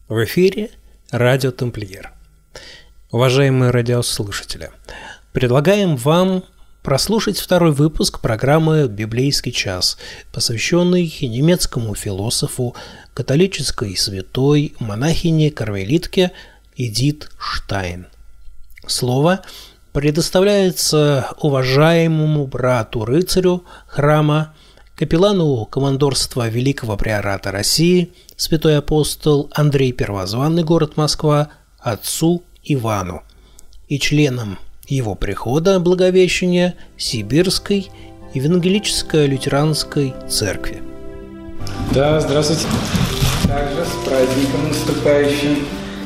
В эфире радио «Тамплиер». Уважаемые радиослушатели, предлагаем вам прослушать второй выпуск программы «Библейский час», посвященный немецкому философу, католической святой, монахине-кармелитке Эдит Штайн. Слово предоставляется уважаемому брату-рыцарю храма, капеллану командорства Великого Приората России, святой апостол Андрей Первозванный, город Москва, отцу Ивану и членам его прихода Благовещения Сибирской Евангелической лютеранской церкви. Да, здравствуйте. Также с праздником наступающим.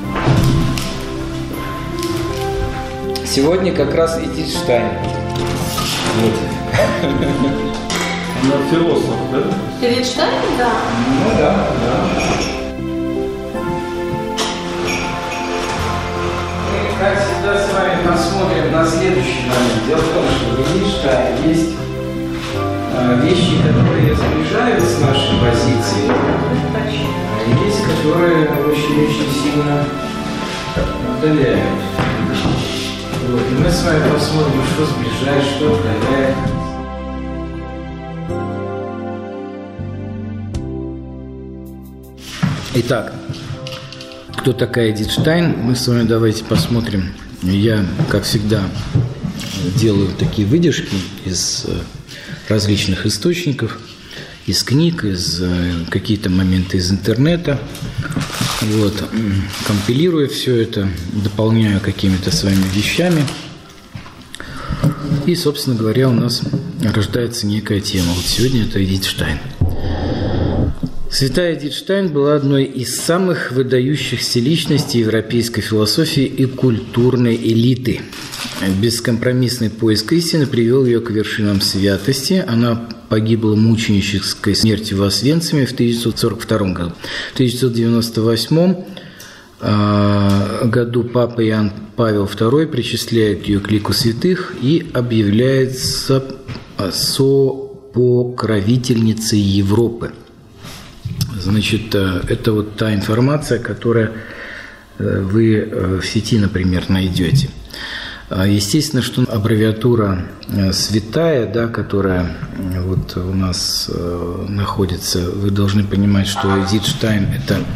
Сегодня как раз Эдит Штайн. Вот. Она философ, да? Эдит Штайн, да. Ну да. Мы, как всегда, с вами посмотрим на следующий момент. Дело в том, что в Эдит Штайн есть вещи, которые сближают с нашей позицией, а есть, которые очень-очень сильно отдаляют. Вот. И мы с вами посмотрим, что сближает, что отдаляет. Итак, кто такая Эдит Штайн? Мы с вами давайте посмотрим. Я, как всегда, делаю такие выдержки из различных источников, из книг, из какие-то моменты из интернета. Вот. Компилирую все это, дополняю какими-то своими вещами. И, собственно говоря, у нас рождается некая тема. Вот сегодня это Эдит Штайн. Святая Эдит Штайн была одной из самых выдающихся личностей европейской философии и культурной элиты. Бескомпромиссный поиск истины привел ее к вершинам святости. Она погибла мученической смертью в Освенциме в 1942 году. В 1998 году папа Иоанн Павел II причисляет ее к лику святых и объявляется сопокровительницей Европы. Значит, это вот та информация, которую вы в сети, например, найдете. Естественно, что аббревиатура «святая», да, которая вот у нас находится, вы должны понимать, что Эдит Штайн – это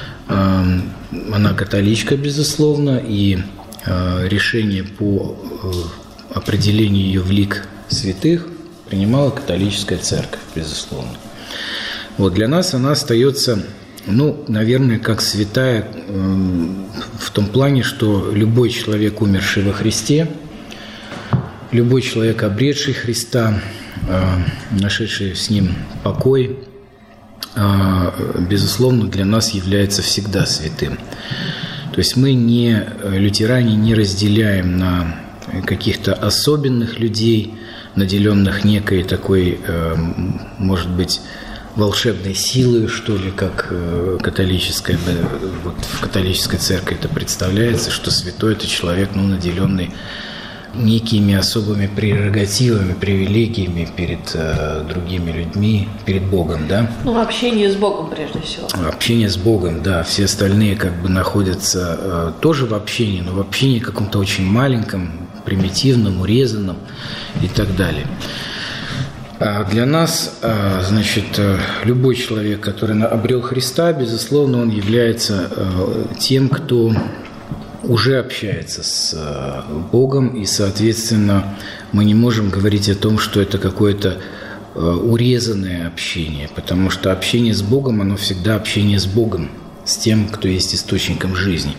она католичка, безусловно, и решение по определению ее в лик святых принимала католическая церковь, безусловно. Вот для нас она остается, наверное, как святая в том плане, что любой человек, умерший во Христе, любой человек, обретший Христа, нашедший с Ним покой, безусловно, для нас является всегда святым. То есть мы, лютеране, не разделяем на каких-то особенных людей, наделенных некой такой, может быть, волшебной силой, что ли, как католическая, вот в католической церкви это представляется, что святой – это человек, наделенный некими особыми прерогативами, привилегиями перед другими людьми, перед Богом, да? Общение с Богом, прежде всего. Общение с Богом, да. Все остальные находятся тоже в общении, но в общении каком-то очень маленьком, примитивном, урезанном и так далее. А для нас, значит, любой человек, который обрел Христа, безусловно, он является тем, кто уже общается с Богом, и, соответственно, мы не можем говорить о том, что это какое-то урезанное общение, потому что общение с Богом, оно всегда общение с Богом, с тем, кто есть источником жизни.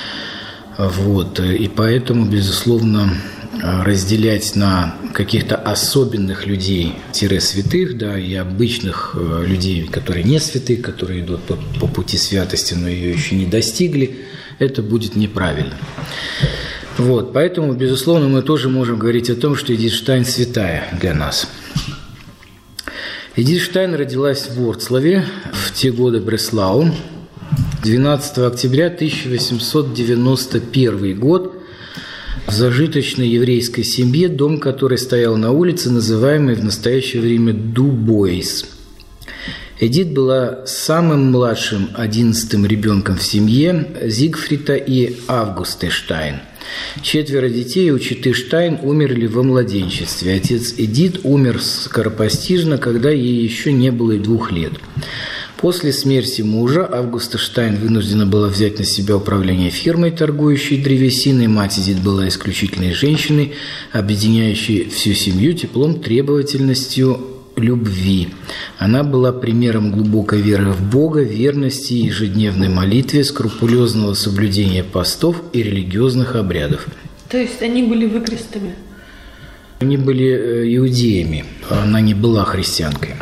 Вот. И поэтому, безусловно, разделять на каких-то особенных людей, святых, да, и обычных людей, которые не святые, которые идут по пути святости, но ее еще не достигли, это будет неправильно. Вот, поэтому, безусловно, мы тоже можем говорить о том, что Эдит Штайн святая для нас. Эдит Штайн родилась в Ворцлаве, в те годы Бреслау, 12 октября 1891 год, в зажиточной еврейской семье, дом которой стоял на улице, называемой в настоящее время Дубойс. Эдит была самым младшим 11-м ребенком в семье Зигфрида и Августы Штайн. 4 детей у четы Штайн умерли во младенчестве. Отец Эдит умер скоропостижно, когда ей еще не было и 2 лет. После смерти мужа Августа Штайн вынуждена была взять на себя управление фирмой, торгующей древесиной. Мать Эдит была исключительной женщиной, объединяющей всю семью теплом, требовательностью, любви. Она была примером глубокой веры в Бога, верности, ежедневной молитве, скрупулезного соблюдения постов и религиозных обрядов. То есть они были выкрестами? Они были иудеями, она не была христианкой.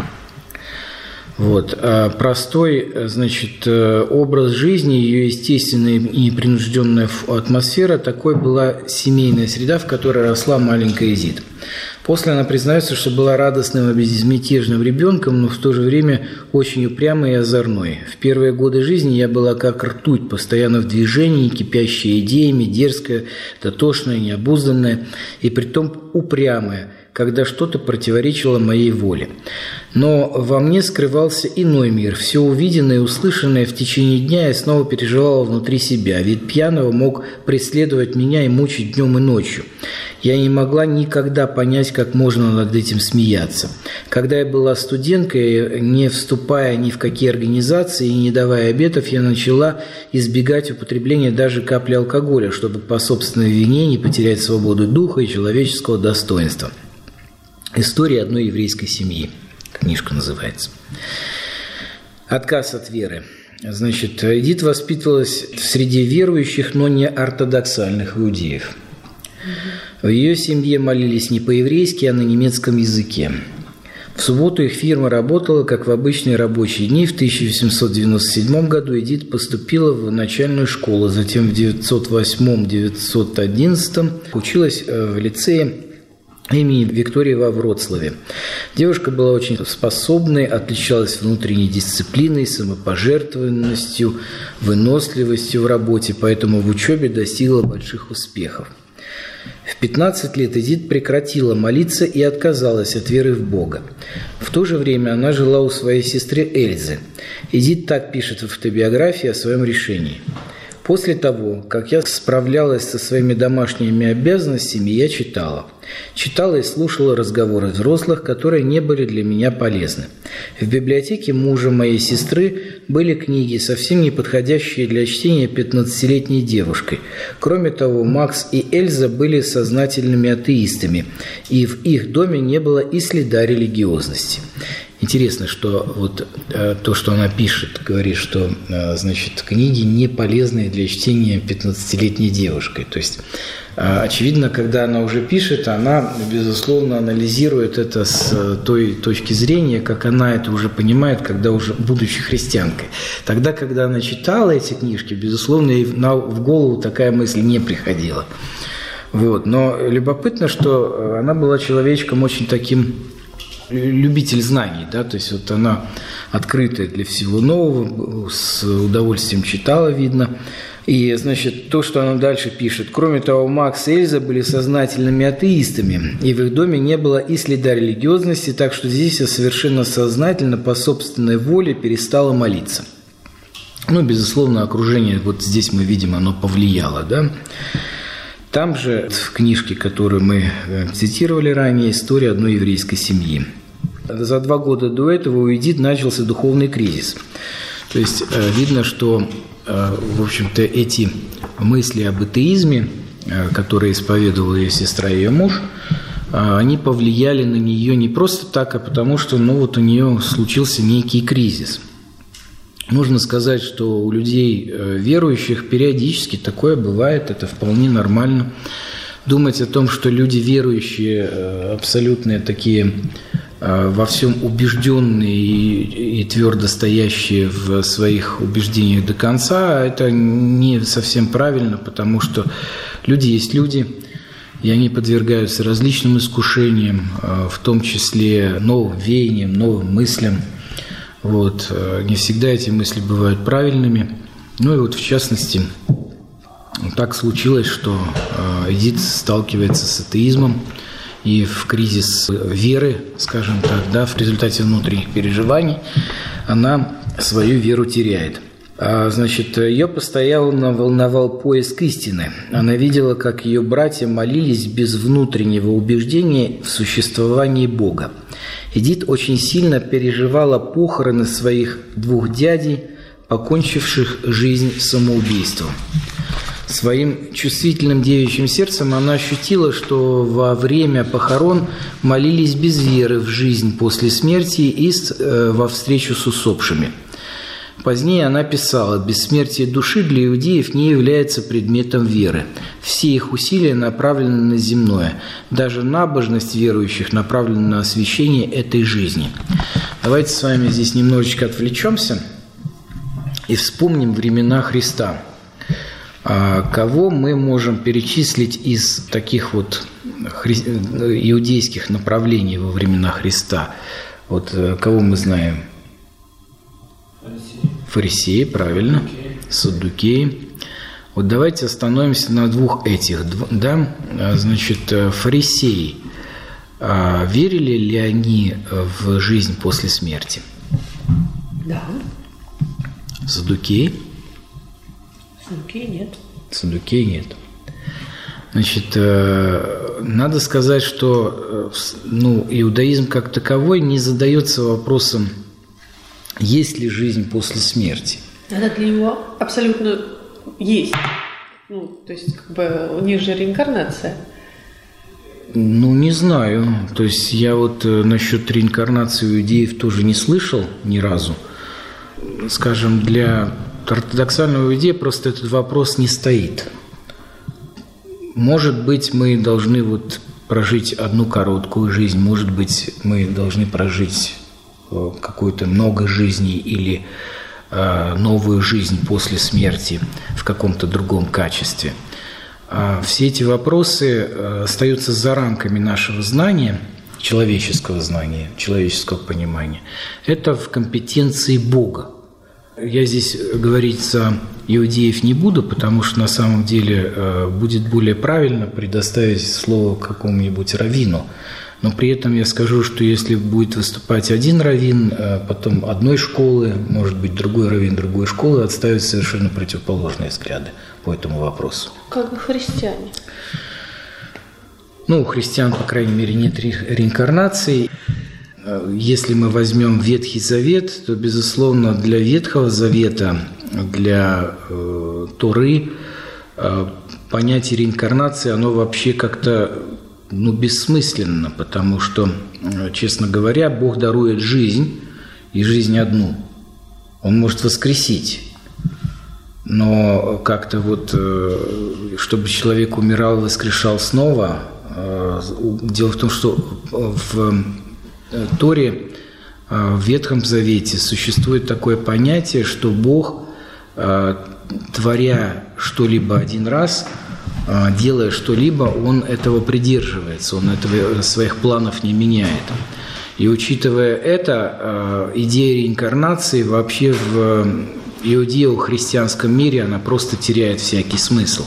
Простой, образ жизни, ее естественная и непринужденная атмосфера, такой была семейная среда, в которой росла маленькая Эдит. После она признается, что была радостным и безмятежным ребенком, но в то же время очень упрямой и озорной. В первые годы жизни я была как ртуть, постоянно в движении, кипящая идеями, дерзкая, дотошная, необузданная и притом упрямая, когда что-то противоречило моей воле. Но во мне скрывался иной мир. Все увиденное и услышанное в течение дня я снова переживала внутри себя. Вид пьяного мог преследовать меня и мучить днем и ночью. Я не могла никогда понять, как можно над этим смеяться. Когда я была студенткой, не вступая ни в какие организации и не давая обетов, я начала избегать употребления даже капли алкоголя, чтобы по собственной вине не потерять свободу духа и человеческого достоинства. «История одной еврейской семьи». Книжка называется. Отказ от веры. Эдит воспитывалась в среде верующих, но не ортодоксальных иудеев. В ее семье молились не по-еврейски, а на немецком языке. В субботу их фирма работала, как в обычные рабочие дни. В 1897 году Эдит поступила в начальную школу, затем в 1908-1911 училась в лицее имени Виктории во Вроцлаве. Девушка была очень способной, отличалась внутренней дисциплиной, самопожертвованностью, выносливостью в работе, поэтому в учебе достигла больших успехов. В 15 лет Эдит прекратила молиться и отказалась от веры в Бога. В то же время она жила у своей сестры Эльзы. Эдит так пишет в автобиографии о своем решении. «После того, как я справлялась со своими домашними обязанностями, я читала. Читала и слушала разговоры взрослых, которые не были для меня полезны. В библиотеке мужа моей сестры были книги, совсем не подходящие для чтения 15-летней девушкой. Кроме того, Макс и Эльза были сознательными атеистами, и в их доме не было и следа религиозности». Интересно, что то, что она пишет, говорит, что книги не полезные для чтения 15-летней девушкой. То есть, очевидно, когда она уже пишет, она, безусловно, анализирует это с той точки зрения, как она это уже понимает, когда уже будучи христианкой. Тогда, когда она читала эти книжки, безусловно, ей в голову такая мысль не приходила. Но любопытно, что она была человечком очень таким любитель знаний, да, то есть она открытая для всего нового, с удовольствием читала, видно. И, то, что она дальше пишет. Кроме того, Макс и Эльза были сознательными атеистами, и в их доме не было и следа религиозности, так что здесь я совершенно сознательно, по собственной воле перестала молиться. Безусловно, окружение, здесь мы видим, оно повлияло, да. Там же, в книжке, которую мы цитировали ранее, «История одной еврейской семьи». За 2 года до этого у Эдит начался духовный кризис. То есть видно, что, в общем-то, эти мысли об атеизме, которые исповедовала ее сестра и ее муж, они повлияли на нее не просто так, а потому что у нее случился некий кризис. Нужно сказать, что у людей верующих периодически такое бывает, это вполне нормально. Думать о том, что люди верующие, абсолютно такие во всем убежденные и твердо стоящие в своих убеждениях до конца, это не совсем правильно, потому что люди есть люди, и они подвергаются различным искушениям, в том числе новым веяниям, новым мыслям. Не всегда эти мысли бывают правильными. В частности, так случилось, что Эдит сталкивается с атеизмом и в кризис веры, скажем так, да, в результате внутренних переживаний, она свою веру теряет. Значит, ее постоянно волновал поиск истины. Она видела, как ее братья молились без внутреннего убеждения в существовании Бога. Эдит очень сильно переживала похороны своих 2 дядей, покончивших жизнь самоубийством. Своим чувствительным девичьим сердцем она ощутила, что во время похорон молились без веры в жизнь после смерти и во встречу с усопшими. Позднее она писала: «Бессмертие души для иудеев не является предметом веры. Все их усилия направлены на земное. Даже набожность верующих направлена на освящение этой жизни». Давайте с вами здесь немножечко отвлечемся и вспомним времена Христа. Кого мы можем перечислить из таких вот иудейских направлений во времена Христа? Вот кого мы знаем? Фарисеи, правильно. Саддукеи. Вот давайте остановимся на 2 этих. Да? Значит, фарисеи. Верили ли они в жизнь после смерти? Да. Саддукеи? Саддукеи нет. Саддукеи нет. Значит, надо сказать, что иудаизм как таковой не задается вопросом, есть ли жизнь после смерти. Она для него абсолютно есть. То есть, у них же реинкарнация. Не знаю. То есть, я вот насчет реинкарнации у иудеев тоже не слышал ни разу. Скажем, для ортодоксального иудея просто этот вопрос не стоит. Может быть, мы должны прожить одну короткую жизнь, может быть, мы должны прожить какую-то много жизней или новую жизнь после смерти в каком-то другом качестве. Все эти вопросы остаются за рамками нашего знания, человеческого понимания. Это в компетенции Бога. Я здесь говорить за иудеев не буду, потому что на самом деле будет более правильно предоставить слово какому-нибудь раввину. Но при этом я скажу, что если будет выступать один раввин, потом одной школы, может быть, другой раввин другой школы, отставят совершенно противоположные взгляды по этому вопросу. Как бы христиане. У христиан, по крайней мере, нет реинкарнации. Если мы возьмем Ветхий Завет, то, безусловно, для Ветхого Завета, для Торы, понятие реинкарнации, оно вообще как-то бессмысленно, потому что, честно говоря, Бог дарует жизнь, и жизнь одну. Он может воскресить. Но как-то чтобы человек умирал и воскрешал снова, дело в том, что в Торе, в Ветхом Завете существует такое понятие, что Бог, творя что-либо один раз, делая что-либо, Он этого придерживается, Он этого своих планов не меняет. И учитывая это, идея реинкарнации вообще в иудео-христианском мире, она просто теряет всякий смысл.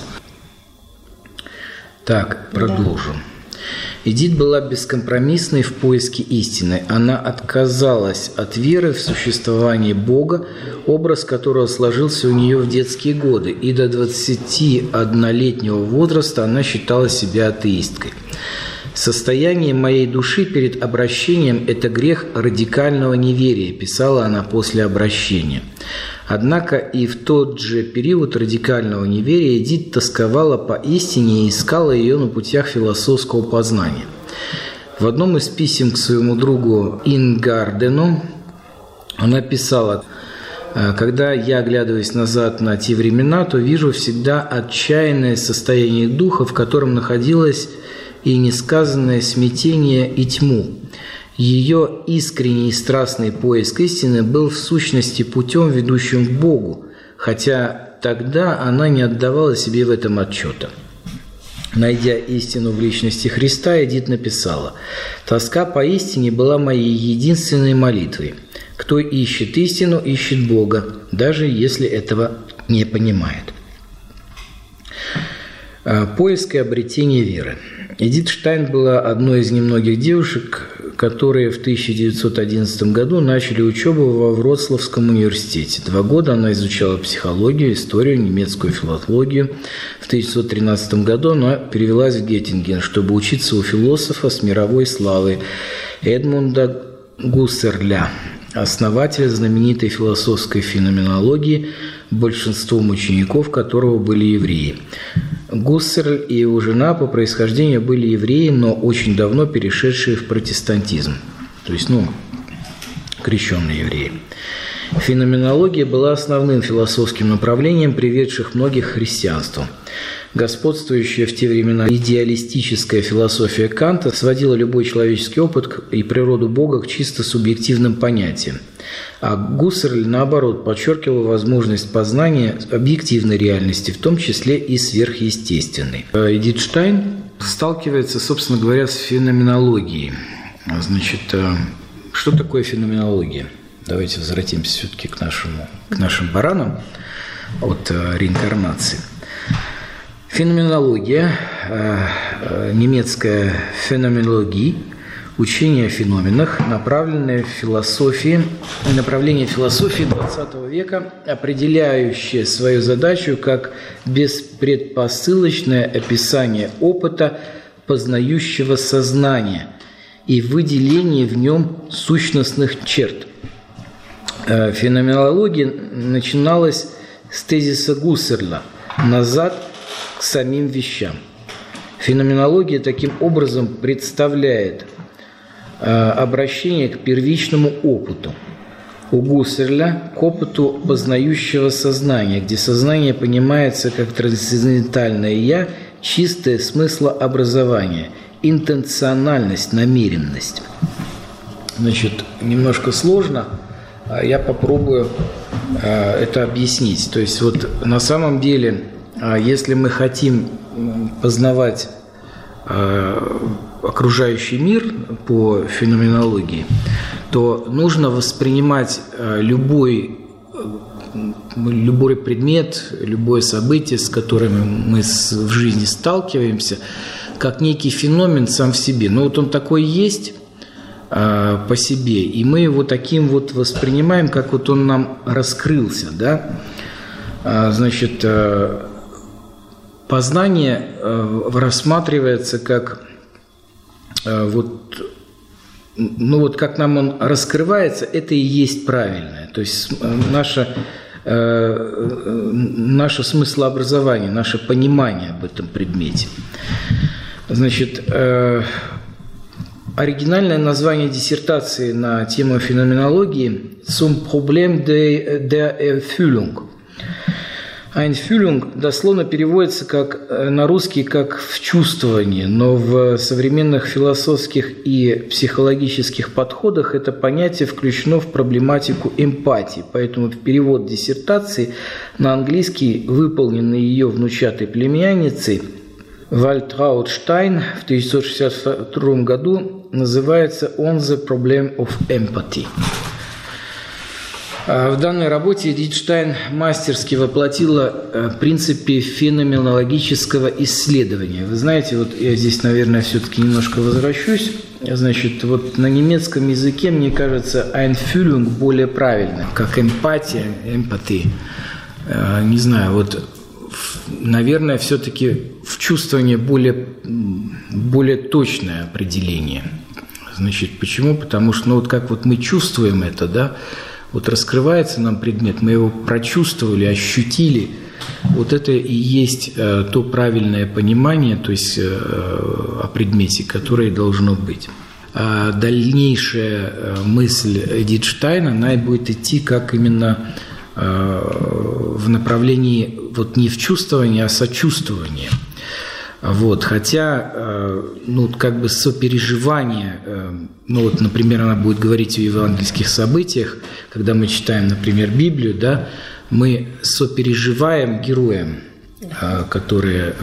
Так, продолжим. Эдит была бескомпромиссной в поиске истины. Она отказалась от веры в существование Бога, образ которого сложился у нее в детские годы, и до 21-летнего возраста она считала себя атеисткой. «Состояние моей души перед обращением – это грех радикального неверия», писала она после обращения. Однако и в тот же период радикального неверия Эдит тосковала по истине и искала ее на путях философского познания. В одном из писем к своему другу Ингардену она писала: «Когда я оглядываюсь назад на те времена, то вижу всегда отчаянное состояние духа, в котором находилось и несказанное смятение и тьму. Ее искренний и страстный поиск истины был в сущности путем, ведущим к Богу, хотя тогда она не отдавала себе в этом отчета». Найдя истину в личности Христа, Эдит написала: «Тоска по истине была моей единственной молитвой. Кто ищет истину, ищет Бога, даже если этого не понимает». Поиск и обретение веры. Эдит Штайн была одной из немногих девушек, которые в 1911 году начали учебу во Вроцлавском университете. 2 года она изучала психологию, историю, немецкую филологию. В 1913 году она перевелась в Геттинген, чтобы учиться у философа с мировой славой Эдмунда Гуссерля, основателя знаменитой философской феноменологии, большинством учеников которого были евреи. Гуссерль и его жена по происхождению были евреи, но очень давно перешедшие в протестантизм, то есть, крещенные евреи. Феноменология была основным философским направлением, приведших многих к христианству. Господствующая в те времена идеалистическая философия Канта сводила любой человеческий опыт и природу Бога к чисто субъективным понятиям. А Гуссерль, наоборот, подчеркивал возможность познания объективной реальности, в том числе и сверхъестественной. Эдит Штайн сталкивается, собственно говоря, с феноменологией. Значит, что такое феноменология? Давайте возвратимся все-таки к нашим баранам от реинкарнации. Феноменология, немецкая феноменология, учение о феноменах, направление философии XX века, определяющее свою задачу как беспредпосылочное описание опыта познающего сознания и выделение в нем сущностных черт. Феноменология начиналась с тезиса Гуссерля «назад к самим вещам». Феноменология таким образом представляет обращение к первичному опыту. У Гуссерля к опыту познающего сознания, где сознание понимается как трансцендентальное «я», чистое смыслообразование, интенциональность, намеренность. Значит, немножко сложно, я попробую это объяснить. То есть вот на самом деле, если мы хотим познавать окружающий мир по феноменологии, то нужно воспринимать любой предмет, любое событие, с которым мы в жизни сталкиваемся, как некий феномен сам в себе. Но вот он такой есть по себе, и мы его таким вот воспринимаем, как вот он нам раскрылся, да? Значит, познание рассматривается как как нам он раскрывается, это и есть правильное. То есть наше смыслообразование, наше понимание об этом предмете. Значит, оригинальное название диссертации на тему феноменологии «Zum Problem der Erfüllung». Einfühlung дословно переводится на русский как «вчувствование», но в современных философских и психологических подходах это понятие включено в проблематику эмпатии. Поэтому перевод диссертации на английский, выполненный ее внучатой племянницей Вальтрауд Штайн в 1962 году, называется «On the Problem of Empathy». В данной работе Эдит Штайн мастерски воплотила принципы феноменологического исследования. Вы знаете, вот я здесь, наверное, все-таки немножко возвращусь. Значит, вот на немецком языке, мне кажется, Einfühlung более правильно, как эмпатия, empathy. Не знаю, вот, наверное, все-таки вчувствование более точное определение. Значит, почему? Потому что, вот как вот мы чувствуем это, да, вот раскрывается нам предмет, мы его прочувствовали, ощутили. Вот это и есть то правильное понимание, то есть о предмете, которое должно быть. А дальнейшая мысль Эдит Штайн, она будет идти как именно в направлении вот не в чувствование, а сочувствование. Вот, хотя, сопереживание, например, она будет говорить о евангельских событиях, когда мы читаем, например, Библию, да, мы сопереживаем героям, которые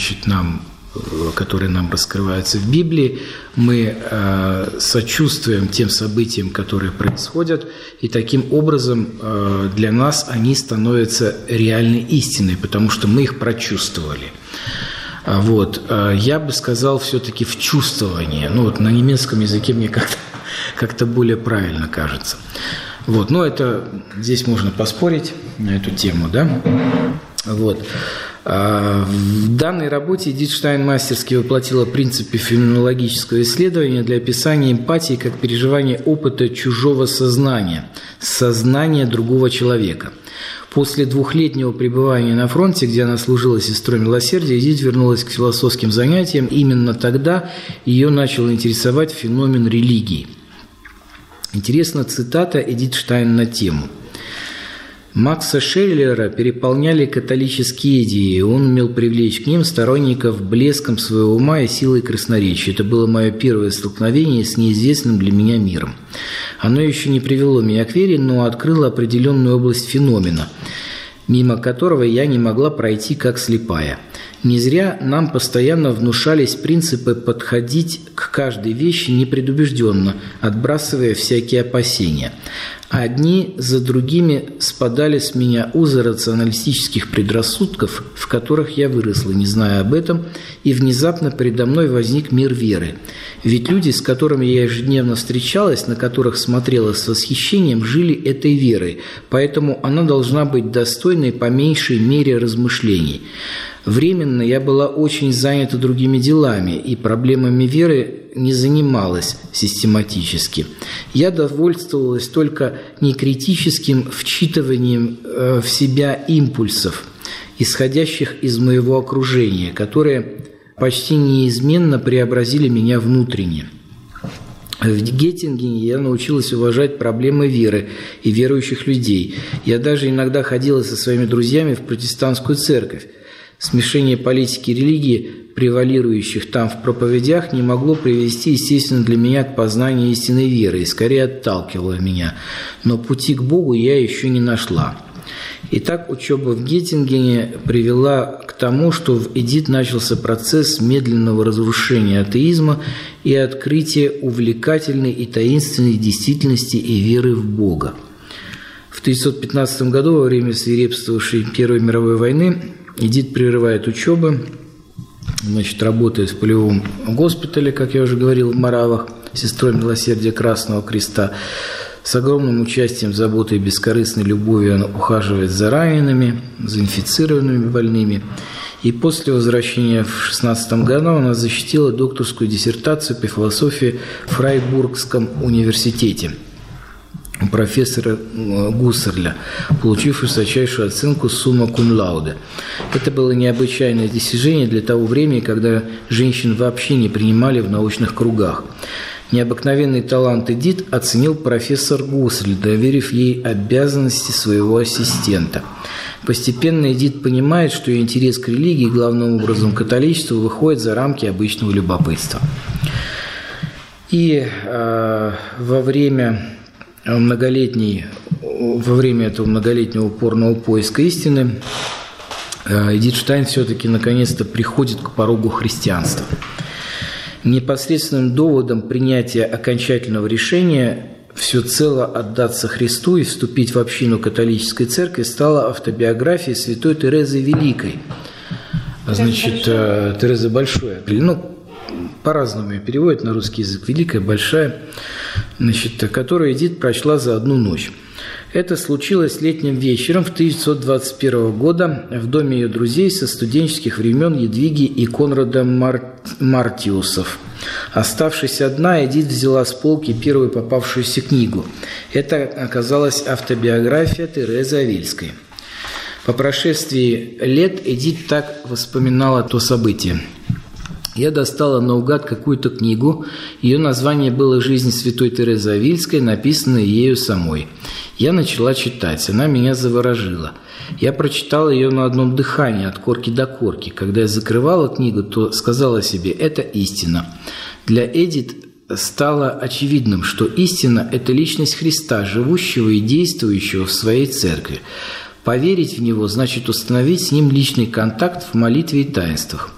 нам раскрываются в Библии, мы сочувствуем тем событиям, которые происходят, и таким образом для нас они становятся реальной истиной, потому что мы их прочувствовали. Вот. Я бы сказал все-таки в чувствовании. Ну, вот на немецком языке мне как-то более правильно кажется. Вот. Но это здесь можно поспорить на эту тему, да? Вот. В данной работе Эдит Штайн мастерски воплотила принципы феноменологического исследования для описания эмпатии как переживания опыта чужого сознания, сознания другого человека. После 2-летнего пребывания на фронте, где она служила сестрой милосердия, Эдит вернулась к философским занятиям. Именно тогда ее начал интересовать феномен религии. Интересна цитата Эдит Штайн на тему. Макса Шеллера переполняли католические идеи, он умел привлечь к ним сторонников блеском своего ума и силой красноречия. Это было мое первое столкновение с неизвестным для меня миром. Оно еще не привело меня к вере, но открыло определенную область феномена, мимо которого я не могла пройти как слепая. Не зря нам постоянно внушались принципы подходить к каждой вещи непредубежденно, отбрасывая всякие опасения. Одни за другими спадали с меня узы рационалистических предрассудков, в которых я выросла, не зная об этом, и внезапно передо мной возник мир веры. Ведь люди, с которыми я ежедневно встречалась, на которых смотрела с восхищением, жили этой верой, поэтому она должна быть достойной по меньшей мере размышлений. Временно я была очень занята другими делами и проблемами веры не занималась систематически. Я довольствовалась только некритическим вчитыванием в себя импульсов, исходящих из моего окружения, которые почти неизменно преобразили меня внутренне. В Геттингене я научилась уважать проблемы веры и верующих людей. Я даже иногда ходила со своими друзьями в протестантскую церковь. Смешение политики и религии, превалирующих там в проповедях, не могло привести, естественно, для меня к познанию истинной веры и скорее отталкивало меня. Но пути к Богу я еще не нашла. Итак, учеба в Геттингене привела к тому, что в Эдит начался процесс медленного разрушения атеизма и открытия увлекательной и таинственной действительности и веры в Бога. В 1915 году, во время свирепствовавшей Первой мировой войны, Эдит прерывает учебу, работает в полевом госпитале, как я уже говорил, в Моравах, сестрой милосердия Красного Креста. С огромным участием, заботой и бескорыстной любовью она ухаживает за ранеными, за инфицированными больными. И после возвращения в 1916 году она защитила докторскую диссертацию по философии в Фрайбургском университете у профессора Гуссерля, получив высочайшую оценку сумма кум лауде. Это было необычайное достижение для того времени, когда женщин вообще не принимали в научных кругах. Необыкновенный талант Эдит оценил профессор Гуссерль, доверив ей обязанности своего ассистента. Постепенно Эдит понимает, что ее интерес к религии, главным образом к католичеству, выходит за рамки обычного любопытства. И во время этого многолетнего упорного поиска истины Эдит Штайн все-таки наконец-то приходит к порогу христианства. Непосредственным доводом принятия окончательного решения всецело отдаться Христу и вступить в общину католической церкви стала автобиография святой Терезы Великой. Тереза Большой. По-разному ее переводят на русский язык. Великая, большая, которую Эдит прочла за одну ночь. Это случилось летним вечером в 1921 года в доме ее друзей со студенческих времен Едвиги и Конрада Мартиусов. Оставшись одна, Эдит взяла с полки первую попавшуюся книгу. Это оказалась автобиография Терезы Авильской. По прошествии лет Эдит так вспоминала то событие. Я достала наугад какую-то книгу. Ее название было «Жизнь святой Терезы Авильской», написанная ею самой. Я начала читать. Она меня заворожила. Я прочитала ее на одном дыхании, от корки до корки. Когда я закрывала книгу, то сказала себе: «Это истина». Для Эдит стало очевидным, что истина – это личность Христа, живущего и действующего в своей церкви. Поверить в Него значит установить с Ним личный контакт в молитве и таинствах.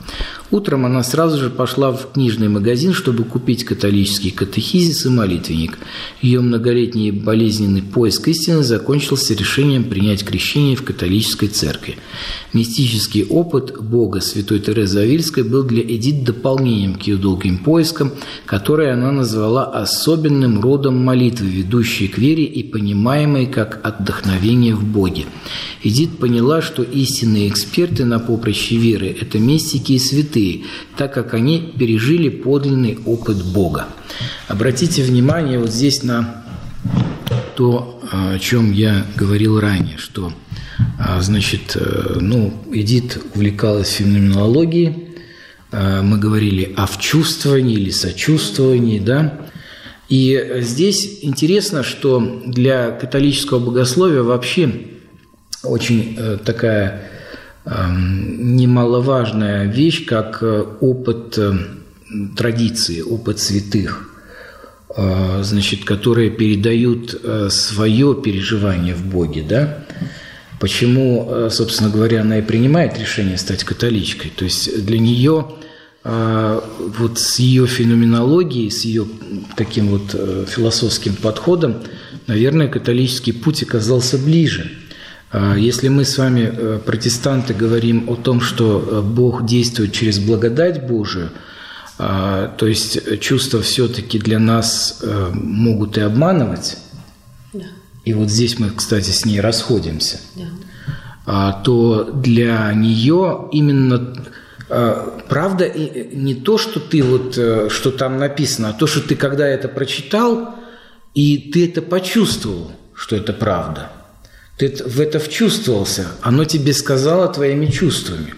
Утром она сразу же пошла в книжный магазин, чтобы купить католический катехизис и молитвенник. Ее многолетний болезненный поиск истины закончился решением принять крещение в католической церкви. Мистический опыт Бога святой Терезы Авильской был для Эдит дополнением к ее долгим поискам, которые она назвала особенным родом молитвы, ведущей к вере и понимаемой как отдохновение в Боге. Эдит поняла, что истинные эксперты на поприще веры – это мистики и святые, так как они пережили подлинный опыт Бога. Обратите внимание вот здесь на то, о чем я говорил ранее, что, значит, Эдит увлекалась феноменологией, мы говорили о вчувствовании или сочувствовании, да. И здесь интересно, что для католического богословия вообще очень такая немаловажная вещь, как опыт традиции, опыт святых, значит, которые передают свое переживание в Боге, да? Почему, собственно говоря, она и принимает решение стать католичкой. То есть для нее вот с ее феноменологией, с ее таким вот философским подходом, наверное, католический путь оказался ближе. Если мы с вами, протестанты, говорим о том, что Бог действует через благодать Божию, то есть чувства все-таки для нас могут и обманывать, да. И вот здесь мы, кстати, с ней расходимся, да. То для нее именно правда не то, что ты вот, что там написано, а то, что ты когда это прочитал, и ты это почувствовал, что это правда. Ты в это вчувствовался, оно тебе сказало твоими чувствами.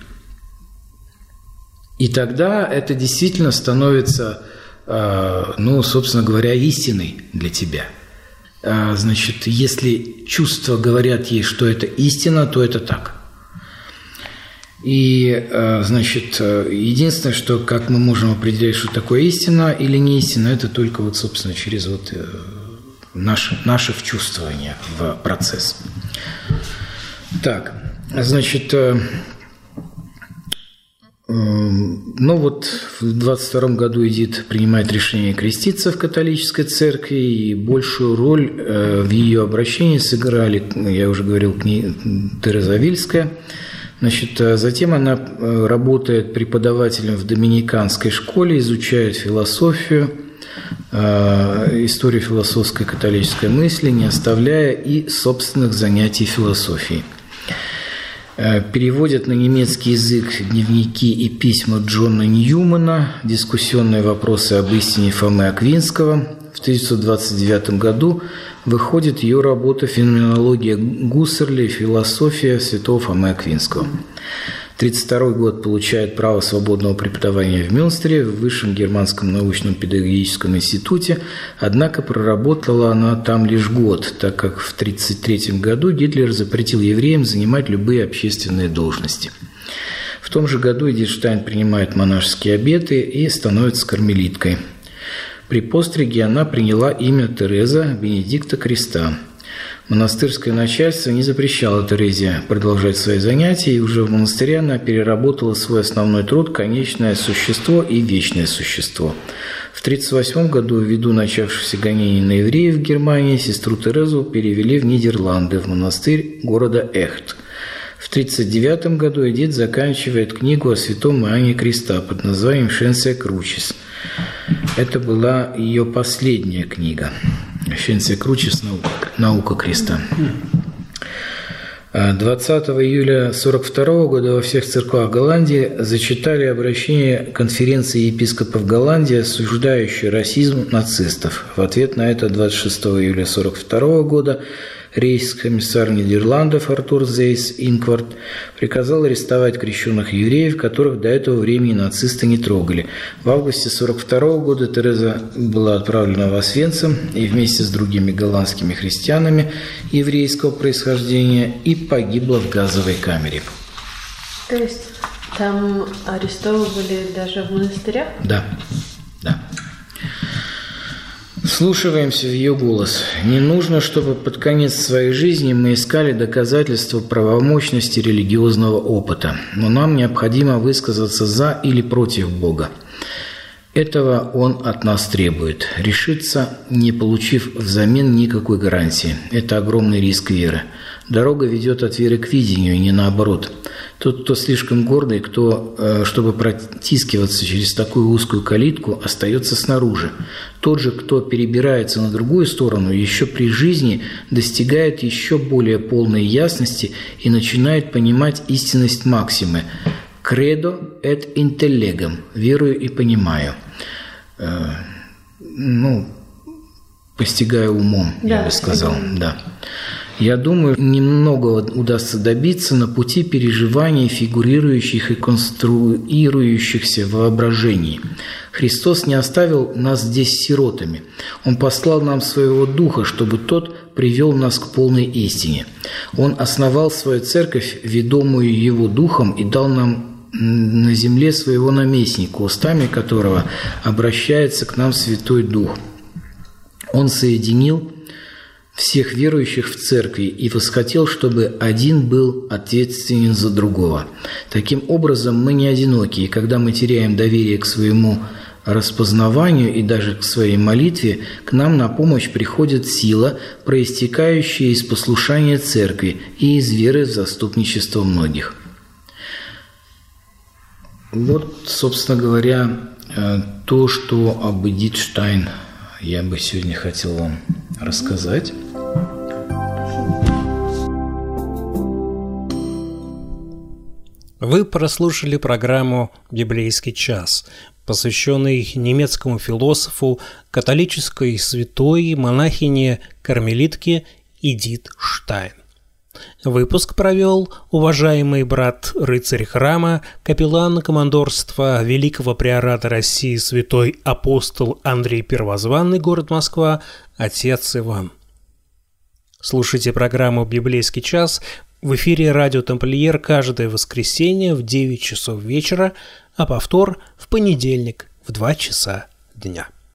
И тогда это действительно становится, собственно говоря, истиной для тебя. Значит, если чувства говорят ей, что это истина, то это так. И, значит, единственное, что как мы можем определять, что такое истина или не истина, это только вот, собственно, через вот наше вчувствование в процесс. Так, значит, вот в 22 году Эдит принимает решение креститься в католической церкви, и большую роль в ее обращении сыграли, я уже говорил, Тереза Авильская. Значит, затем она работает преподавателем в доминиканской школе, изучает философию, историю философской католической мысли, не оставляя и собственных занятий философией. Переводит на немецкий язык дневники и письма Джона Ньюмана, дискуссионные вопросы об истине Фомы Аквинского. В 1929 году выходит ее работа «Феноменология Гуссерля и философия святого Фомы Аквинского». 1932 год получает право свободного преподавания в Мюнстере, в Высшем германском научном педагогическом институте, однако проработала она там лишь год, так как в 1933 году Гитлер запретил евреям занимать любые общественные должности. В том же году Эдит Штайн принимает монашеские обеты и становится кармелиткой. При постриге она приняла имя Тереза Бенедикта Креста. Монастырское начальство не запрещало Терезе продолжать свои занятия, и уже в монастыре она переработала свой основной труд «Конечное существо и вечное существо». В 1938 году, ввиду начавшихся гонений на евреев в Германии, сестру Терезу перевели в Нидерланды, в монастырь города Эхт. В 1939 году Эдит заканчивает книгу о святом Иоанне Креста под названием «Шенция Кручис». Это была ее последняя книга. «Шенция Кручис. Наука креста». 20 июля 1942 года во всех церквах Голландии зачитали обращение конференции епископов Голландии, осуждающей расизм нацистов. В ответ на это 26 июля 1942 года рейхскомиссар Нидерландов Артур Зейс Инкварт приказал арестовать крещенных евреев, которых до этого времени нацисты не трогали. В августе 1942 года Тереза была отправлена в Освенцим и вместе с другими голландскими христианами еврейского происхождения и погибла в газовой камере. То есть там арестовывали даже в монастырях? Да, да. В Вслушиваемся в ее голос. Не нужно, чтобы под конец своей жизни мы искали доказательства правомощности религиозного опыта, но нам необходимо высказаться за или против Бога. Этого Он от нас требует. Решиться, не получив взамен никакой гарантии. Это огромный риск веры. Дорога ведет от веры к видению, и не наоборот. Тот, кто слишком гордый, чтобы протискиваться через такую узкую калитку, остается снаружи. Тот же, кто перебирается на другую сторону, еще при жизни достигает еще более полной ясности и начинает понимать истинность максимы «Credo et intellegam» – «верую и понимаю». Постигаю умом, я бы сказал, да. Я думаю, немного удастся добиться на пути переживаний, фигурирующих и конструирующихся в воображении. Христос не оставил нас здесь сиротами. Он послал нам своего Духа, чтобы тот привел нас к полной истине. Он основал свою церковь, ведомую Его Духом, и дал нам на земле своего наместника, устами которого обращается к нам Святой Дух. Он соединил всех верующих в церкви и восхотел, чтобы один был ответственен за другого. Таким образом, мы не одиноки, и когда мы теряем доверие к своему распознаванию и даже к своей молитве, к нам на помощь приходит сила, проистекающая из послушания церкви и из веры в заступничество многих. Вот, собственно говоря, то, что об Эдит Штайн я бы сегодня хотел вам рассказать. Вы прослушали программу «Библейский час», посвященный немецкому философу, католической святой монахине-кармелитке Эдит Штайн. Выпуск провел уважаемый брат рыцарь храма, капеллан командорства Великого Приората России святой апостол Андрей Первозванный, город Москва, отец Иван. Слушайте программу «Библейский час» в эфире радио «Тамплиер» каждое воскресенье в 9 часов вечера, а повтор в понедельник в 2 часа дня.